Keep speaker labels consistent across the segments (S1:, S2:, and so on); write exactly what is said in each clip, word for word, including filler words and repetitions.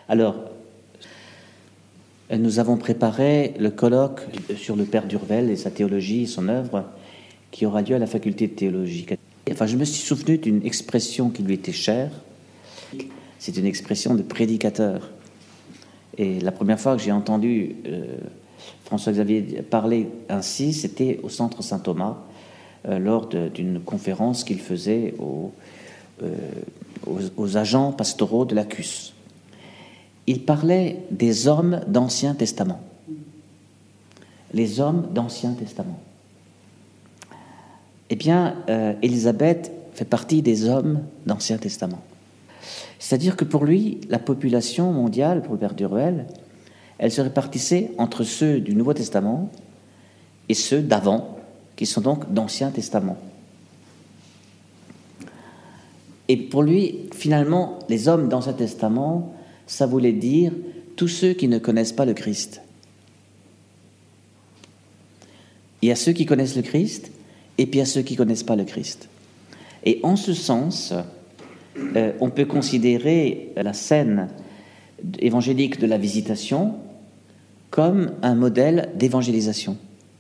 S1: Alors, nous avons préparé le colloque sur le Père d'Urvel et sa théologie et son œuvre qui aura lieu à la faculté de théologie. Enfin, je me suis souvenu d'une expression qui lui était chère. C'est une expression de prédicateur. Et la première fois que j'ai entendu euh, François-Xavier parler ainsi, c'était au Centre Saint-Thomas, euh, lors de, d'une conférence qu'il faisait aux, euh, aux, aux agents pastoraux de l'A C U S. Il parlait des hommes d'Ancien Testament. Les hommes d'Ancien Testament. Eh bien, euh, Élisabeth fait partie des hommes d'Ancien Testament. C'est-à-dire que pour lui, la population mondiale, pour le Père d'Urvel, elle se répartissait entre ceux du Nouveau Testament et ceux d'avant, qui sont donc d'Ancien Testament. Et pour lui, finalement, les hommes d'Ancien Testament, ça voulait dire tous ceux qui ne connaissent pas le Christ. Il y a ceux qui connaissent le Christ, et puis il y a ceux qui ne connaissent pas le Christ. Et en ce sens, euh, on peut considérer la scène évangélique de la visitation comme un modèle d'évangélisation.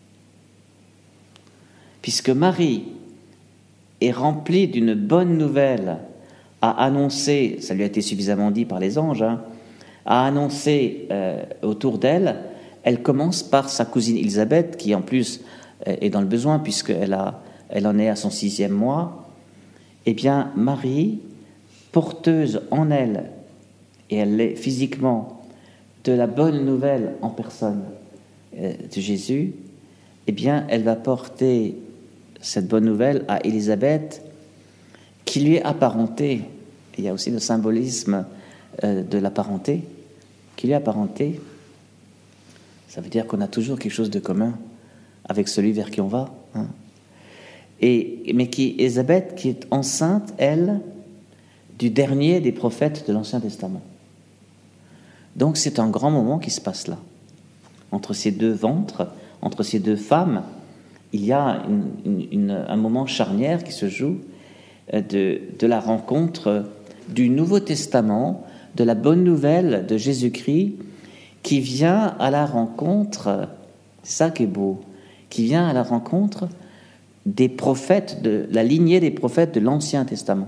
S1: Puisque Marie est remplie d'une bonne nouvelle à annoncer, ça lui a été suffisamment dit par les anges, hein, à annoncer euh, autour d'elle, elle commence par sa cousine Élisabeth, qui en plus est dans le besoin, puisqu'elle a, elle en est à son sixième mois. Eh bien, Marie, porteuse en elle, et elle l'est physiquement, de la bonne nouvelle en personne euh, de Jésus, eh bien, elle va porter cette bonne nouvelle à Élisabeth, qui lui est apparentée. Il y a aussi le symbolisme euh, de la parenté, qui lui est apparentée. Ça veut dire qu'on a toujours quelque chose de commun avec celui vers qui on va. Hein. Et, mais qui, Élisabeth, qui est enceinte, elle, du dernier des prophètes de l'Ancien Testament. Donc c'est un grand moment qui se passe là. Entre ces deux ventres, entre ces deux femmes, il y a une, une, une, un moment charnière qui se joue de, de la rencontre du Nouveau Testament, de la bonne nouvelle de Jésus-Christ, qui vient à la rencontre, c'est ça qui est beau, qui vient à la rencontre des prophètes, de la lignée des prophètes de l'Ancien Testament.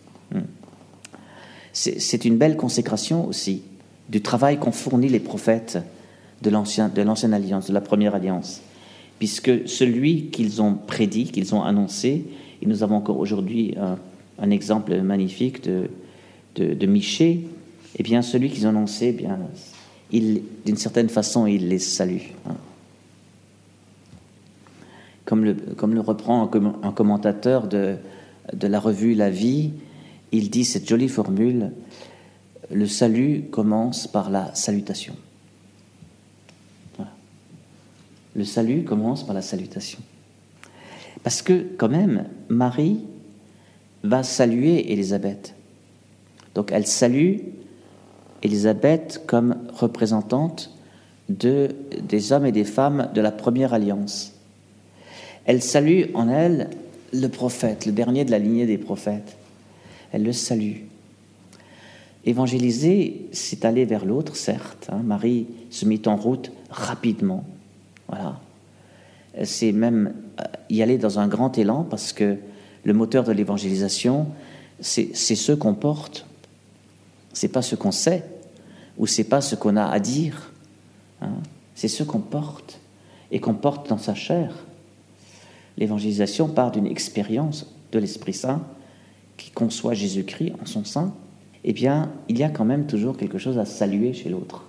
S1: C'est, c'est une belle consécration aussi du travail qu'ont fourni les prophètes de, l'ancien, de l'ancienne alliance, de la première alliance, puisque celui qu'ils ont prédit, qu'ils ont annoncé, et nous avons encore aujourd'hui un, un exemple magnifique de, de, de Michée, eh bien celui qu'ils ont annoncé, eh bien, il, d'une certaine façon, il les salue. Hein. Comme, le, comme le reprend un commentateur de, de la revue La Vie, il dit cette jolie formule: le salut commence par la salutation. Voilà. Le salut commence par la salutation. Parce que, quand même, Marie va saluer Élisabeth. Donc, elle salue Élisabeth comme représentante de, des hommes et des femmes de la première alliance. Elle salue en elle le prophète, le dernier de la lignée des prophètes. Elle le salue. Évangéliser, c'est aller vers l'autre, certes. Hein. Marie se mit en route rapidement. Voilà. C'est même y aller dans un grand élan, parce que le moteur de l'évangélisation, c'est, c'est ce qu'on porte. C'est pas ce qu'on sait, ou c'est pas ce qu'on a à dire. Hein. C'est ce qu'on porte, et qu'on porte dans sa chair. L'évangélisation part d'une expérience de l'Esprit Saint qui conçoit Jésus-Christ en son sein. Eh bien, il y a quand même toujours quelque chose à saluer chez l'autre.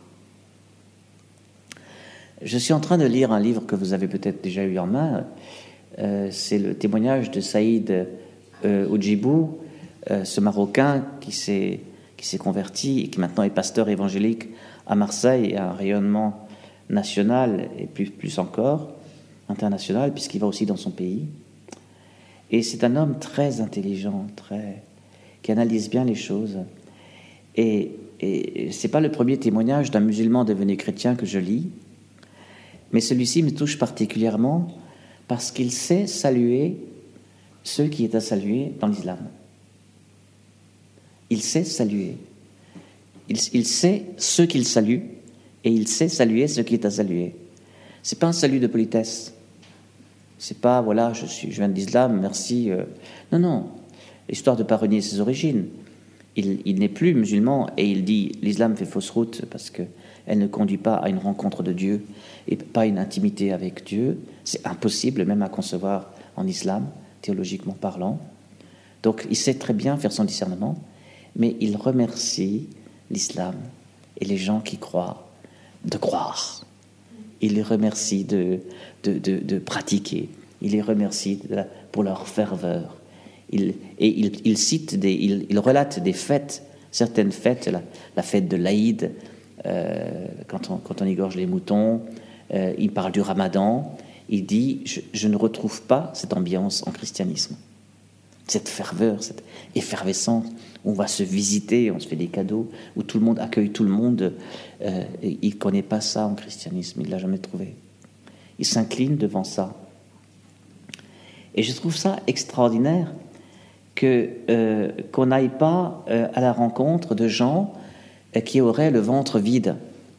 S1: Je suis en train de lire un livre que vous avez peut-être déjà eu en main. Euh, c'est le témoignage de Saïd euh, Oudjibou, euh, ce Marocain qui s'est, qui s'est converti et qui maintenant est pasteur évangélique à Marseille, et a un rayonnement national et plus, plus encore international, puisqu'il va aussi dans son pays. Et c'est un homme très intelligent, très, qui analyse bien les choses. Et, et c'est pas le premier témoignage d'un musulman devenu chrétien que je lis, mais celui-ci me touche particulièrement parce qu'il sait saluer ceux qui est à saluer dans l'islam. Il sait saluer. Il, il sait ce qu'il salue et il sait saluer ce qui est à saluer. C'est pas un salut de politesse. C'est pas, voilà, je, suis, je viens de l'islam, merci. Euh. Non, non. L'histoire de ne pas renier ses origines. Il, il n'est plus musulman et il dit l'islam fait fausse route parce qu'elle ne conduit pas à une rencontre de Dieu et pas à une intimité avec Dieu. C'est impossible même à concevoir en islam, théologiquement parlant. Donc il sait très bien faire son discernement, mais il remercie l'islam et les gens qui croient de croire. Il les remercie de, de, de, de pratiquer. Il les remercie de la, pour leur ferveur. Il, et il, il cite, des, il, il relate des fêtes, certaines fêtes, la, la fête de l'Aïd, euh, quand, on, quand on égorge les moutons, euh, il parle du Ramadan, il dit je, je ne retrouve pas cette ambiance en christianisme, cette ferveur, cette effervescence, où on va se visiter, on se fait des cadeaux, où tout le monde accueille tout le monde, euh, et il ne connaît pas ça en christianisme, il ne l'a jamais trouvé. Il s'incline devant ça. Et je trouve ça extraordinaire que, euh, qu'on n'aille pas euh, à la rencontre de gens euh, qui auraient le ventre vide.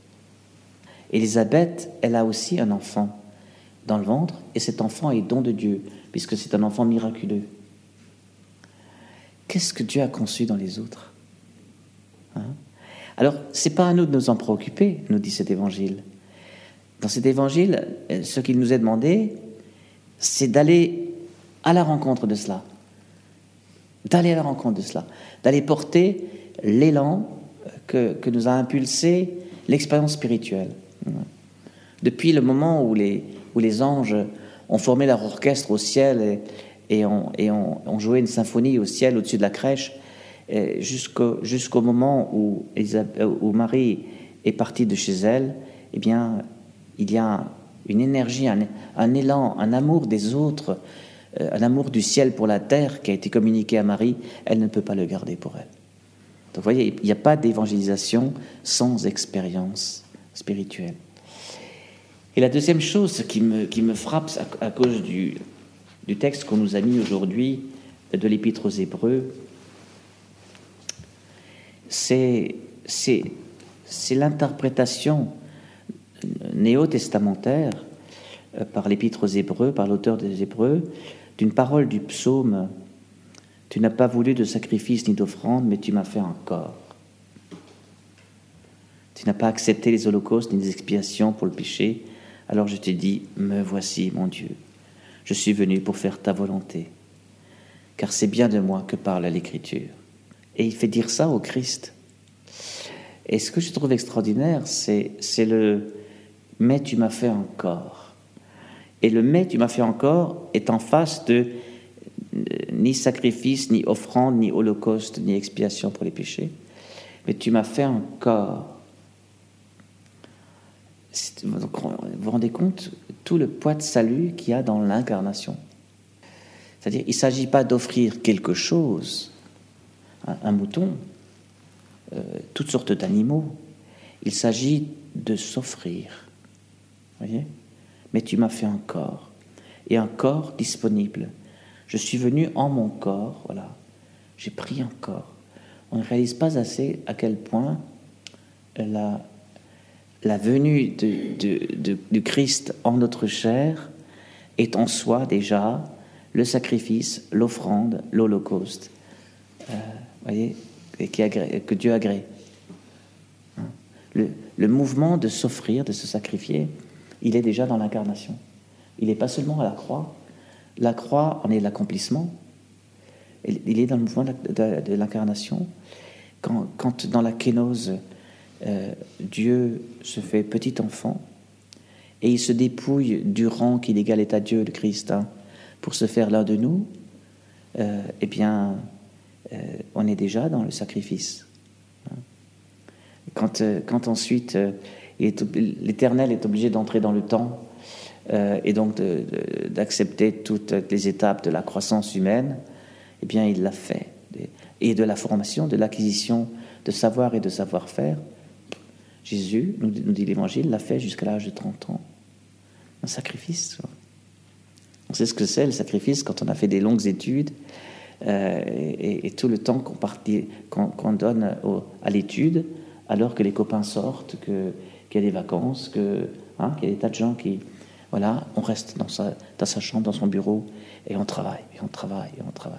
S1: Élisabeth, elle a aussi un enfant dans le ventre, et cet enfant est don de Dieu, puisque c'est un enfant miraculeux. Qu'est-ce que Dieu a conçu dans les autres, hein? Alors, ce n'est pas à nous de nous en préoccuper, nous dit cet évangile. Dans cet évangile, ce qu'il nous est demandé, c'est d'aller à la rencontre de cela. D'aller à la rencontre de cela, d'aller porter l'élan que, que nous a impulsé l'expérience spirituelle. Depuis le moment où les, où les anges ont formé leur orchestre au ciel et, et, ont, et ont, ont joué une symphonie au ciel au-dessus de la crèche, jusqu'au, jusqu'au moment où, où Marie est partie de chez elle, eh bien, il y a une énergie, un, un élan, un amour des autres, un amour du ciel pour la terre qui a été communiqué à Marie, elle ne peut pas le garder pour elle. Donc vous voyez, il n'y a pas d'évangélisation sans expérience spirituelle. Et la deuxième chose qui me, qui me frappe à, à cause du, du texte qu'on nous a mis aujourd'hui de l'Épître aux Hébreux, c'est, c'est, c'est l'interprétation néo-testamentaire par l'Épître aux Hébreux, par l'auteur des Hébreux, d'une parole du psaume « Tu n'as pas voulu de sacrifice ni d'offrande, mais tu m'as fait un corps. Tu n'as pas accepté les holocaustes ni les expiations pour le péché, alors je t'ai dit, me voici, mon Dieu. Je suis venu pour faire ta volonté, car c'est bien de moi que parle l'Écriture. » Et il fait dire ça au Christ. Et ce que je trouve extraordinaire, c'est, c'est le « mais tu m'as fait un corps ». Et le « mais tu m'as fait encore » est en face de euh, ni sacrifice, ni offrande, ni holocauste, ni expiation pour les péchés. Mais tu m'as fait un corps. C'est, donc, vous vous rendez compte tout le poids de salut qu'il y a dans l'incarnation. C'est-à-dire, il ne s'agit pas d'offrir quelque chose, un, un mouton, euh, toutes sortes d'animaux. Il s'agit de s'offrir. Vous voyez ? Mais tu m'as fait un corps, et un corps disponible. Je suis venu en mon corps, voilà. J'ai pris un corps. On ne réalise pas assez à quel point la, la venue de, de, de, du Christ en notre chair est en soi déjà le sacrifice, l'offrande, l'holocauste, euh, voyez, et qui agrée, que Dieu agrée. Hein? Le, le mouvement de s'offrir, de se sacrifier, il est déjà dans l'incarnation. Il n'est pas seulement à la croix. La croix en est l'accomplissement. Il est dans le mouvement de, de, de l'incarnation. Quand, quand dans la kénose, euh, Dieu se fait petit enfant et il se dépouille du rang qui l'égalait à Dieu, le Christ, hein, pour se faire l'un de nous, euh, eh bien, euh, on est déjà dans le sacrifice. Hein. Quand, euh, quand ensuite... Euh, Est, l'Éternel est obligé d'entrer dans le temps euh, et donc de, de, d'accepter toutes les étapes de la croissance humaine, eh bien il l'a fait. Et de la formation, de l'acquisition de savoir et de savoir-faire, Jésus, nous, nous dit l'Évangile, l'a fait jusqu'à l'âge de trente ans. Un sacrifice. On sait ce que c'est le sacrifice quand on a fait des longues études euh, et, et tout le temps qu'on, partit, qu'on, qu'on donne au, à l'étude, alors que les copains sortent, que, qu'il y a des vacances, que, hein, qu'il y a des tas de gens qui... Voilà, on reste dans sa, dans sa chambre, dans son bureau, et on travaille, et on travaille, et on travaille.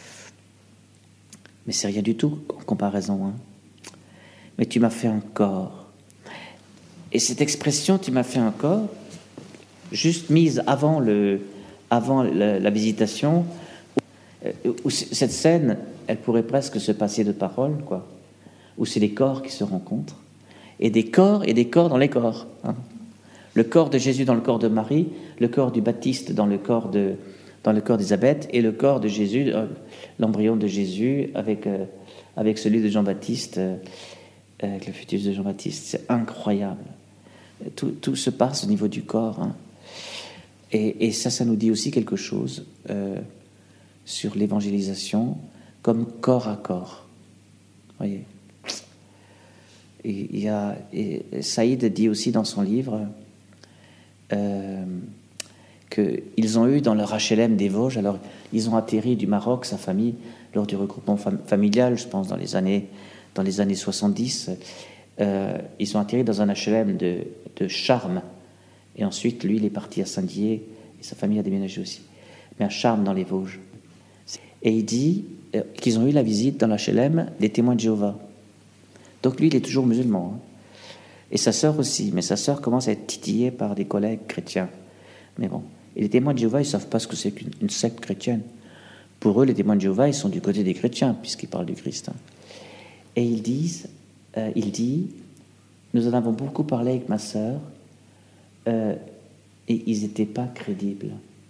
S1: Mais c'est rien du tout en comparaison. Hein. Mais tu m'as fait un corps. Et cette expression, tu m'as fait un corps, juste mise avant, le, avant la, la visitation, où, où cette scène, elle pourrait presque se passer de paroles, quoi. Où c'est les corps qui se rencontrent, et des corps et des corps dans les corps. Hein. Le corps de Jésus dans le corps de Marie, le corps du Baptiste dans le corps de, dans le corps d'Élisabeth, et le corps de Jésus, euh, l'embryon de Jésus avec, euh, avec celui de Jean-Baptiste, euh, avec le fœtus de Jean-Baptiste. C'est incroyable. Tout, tout se passe au niveau du corps. Hein. Et, et ça, ça nous dit aussi quelque chose euh, sur l'évangélisation comme corps à corps. Voyez. Et, il y a, et Saïd dit aussi dans son livre euh, qu'ils ont eu dans leur H L M des Vosges, alors ils ont atterri du Maroc, sa famille, lors du regroupement fam- familial, je pense dans les années, dans les années soixante-dix, euh, ils ont atterri dans un H L M de, de Charmes, et ensuite lui il est parti à Saint-Dié, et sa famille a déménagé aussi, mais à Charmes dans les Vosges. Et il dit euh, qu'ils ont eu la visite dans l'H L M des témoins de Jéhovah. Donc lui il est toujours musulman, hein. Et sa sœur aussi, mais sa sœur commence à être titillée par des collègues chrétiens. Mais bon, et les témoins de Jéhovah, ils ne savent pas ce que c'est qu'une une secte chrétienne. Pour eux, les témoins de Jéhovah, ils sont du côté des chrétiens, puisqu'ils parlent du Christ. Hein. Et ils disent, euh, il dit, nous en avons beaucoup parlé avec ma sœur, euh, et ils n'étaient pas crédibles.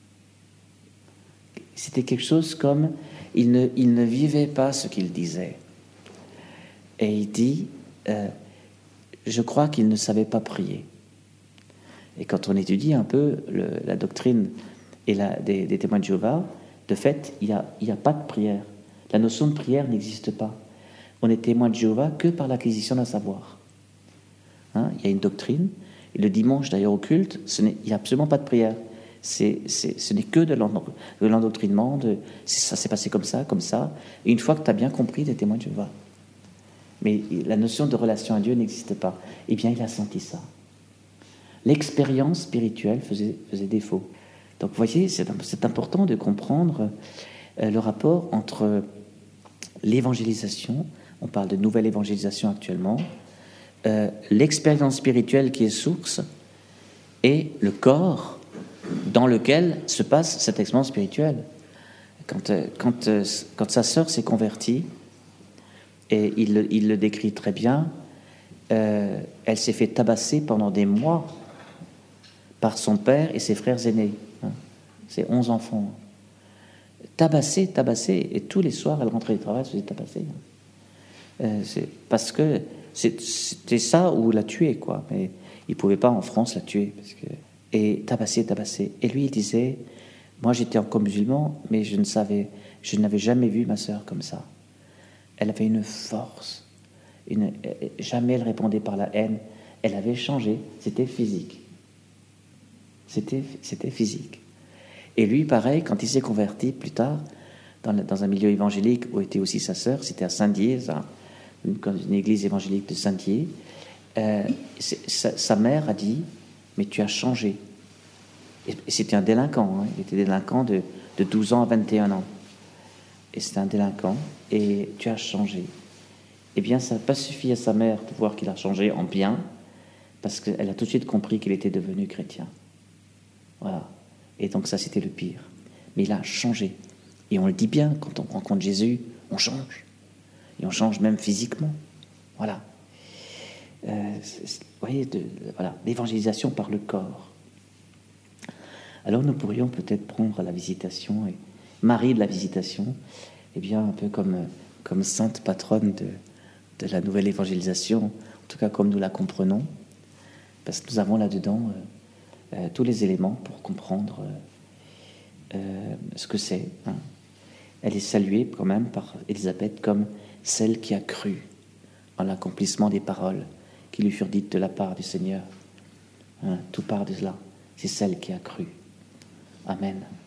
S1: C'était quelque chose comme, ils ne, ils ne vivaient pas ce qu'ils disaient. Et il dit, euh, je crois qu'ils ne savaient pas prier. Et quand on étudie un peu le, la doctrine et la, des, des témoins de Jéhovah, de fait, il n'y a, il y a pas de prière. La notion de prière n'existe pas. On est témoin de Jéhovah que par l'acquisition d'un savoir. Hein, il y a une doctrine, et le dimanche d'ailleurs au culte, ce n'est, il n'y a absolument pas de prière. C'est, c'est, ce n'est que de l'endoctrinement, de, c'est, ça s'est passé comme ça, comme ça. Et une fois que tu as bien compris, tu es témoin de Jéhovah. Mais la notion de relation à Dieu n'existe pas. Eh bien, il a senti ça. L'expérience spirituelle faisait, faisait défaut. Donc, vous voyez, c'est, c'est important de comprendre euh, le rapport entre l'évangélisation, on parle de nouvelle évangélisation actuellement, euh, l'expérience spirituelle qui est source, et le corps dans lequel se passe cette expérience spirituelle. Quand, euh, quand, euh, quand sa sœur s'est convertie, et il, il le décrit très bien, euh, elle s'est fait tabasser pendant des mois par son père et ses frères aînés, hein, ses onze enfants. Tabassée, tabassée, et tous les soirs, elle rentrait du travail, elle se faisait tabasser. Euh, c'est parce que c'est, c'était ça ou la tuer, quoi. Mais il ne pouvait pas en France la tuer. Parce que... Et tabassée, tabassée. Et lui, il disait, moi j'étais encore musulman, mais je ne savais, je n'avais jamais vu ma sœur comme ça. Elle avait une force. Une, jamais elle répondait par la haine. Elle avait changé. C'était physique. C'était, c'était physique. Et lui, pareil, quand il s'est converti plus tard, dans, le, dans un milieu évangélique où était aussi sa sœur, c'était à Saint-Dié, une, une église évangélique de Saint-Dié, euh, sa, sa mère a dit, mais tu as changé. Et, et c'était un délinquant, hein, il était délinquant de, de douze ans à vingt et un ans. Et c'était un délinquant, et tu as changé. Eh bien, ça n'a pas suffi à sa mère de voir qu'il a changé en bien, parce qu'elle a tout de suite compris qu'il était devenu chrétien. Voilà. Et donc ça, c'était le pire. Mais il a changé. Et on le dit bien, quand on rencontre Jésus, on change. Et on change même physiquement. Voilà. Euh, vous voyez, de, voilà, l'évangélisation par le corps. Alors nous pourrions peut-être prendre la visitation, et Marie de la visitation, eh bien un peu comme, comme sainte patronne de, de la nouvelle évangélisation, en tout cas comme nous la comprenons, parce que nous avons là-dedans euh, euh, tous les éléments pour comprendre euh, euh, ce que c'est. Hein. Elle est saluée quand même par Élisabeth comme celle qui a cru en l'accomplissement des paroles qui lui furent dites de la part du Seigneur. Hein, tout part de là. C'est celle qui a cru. Amen.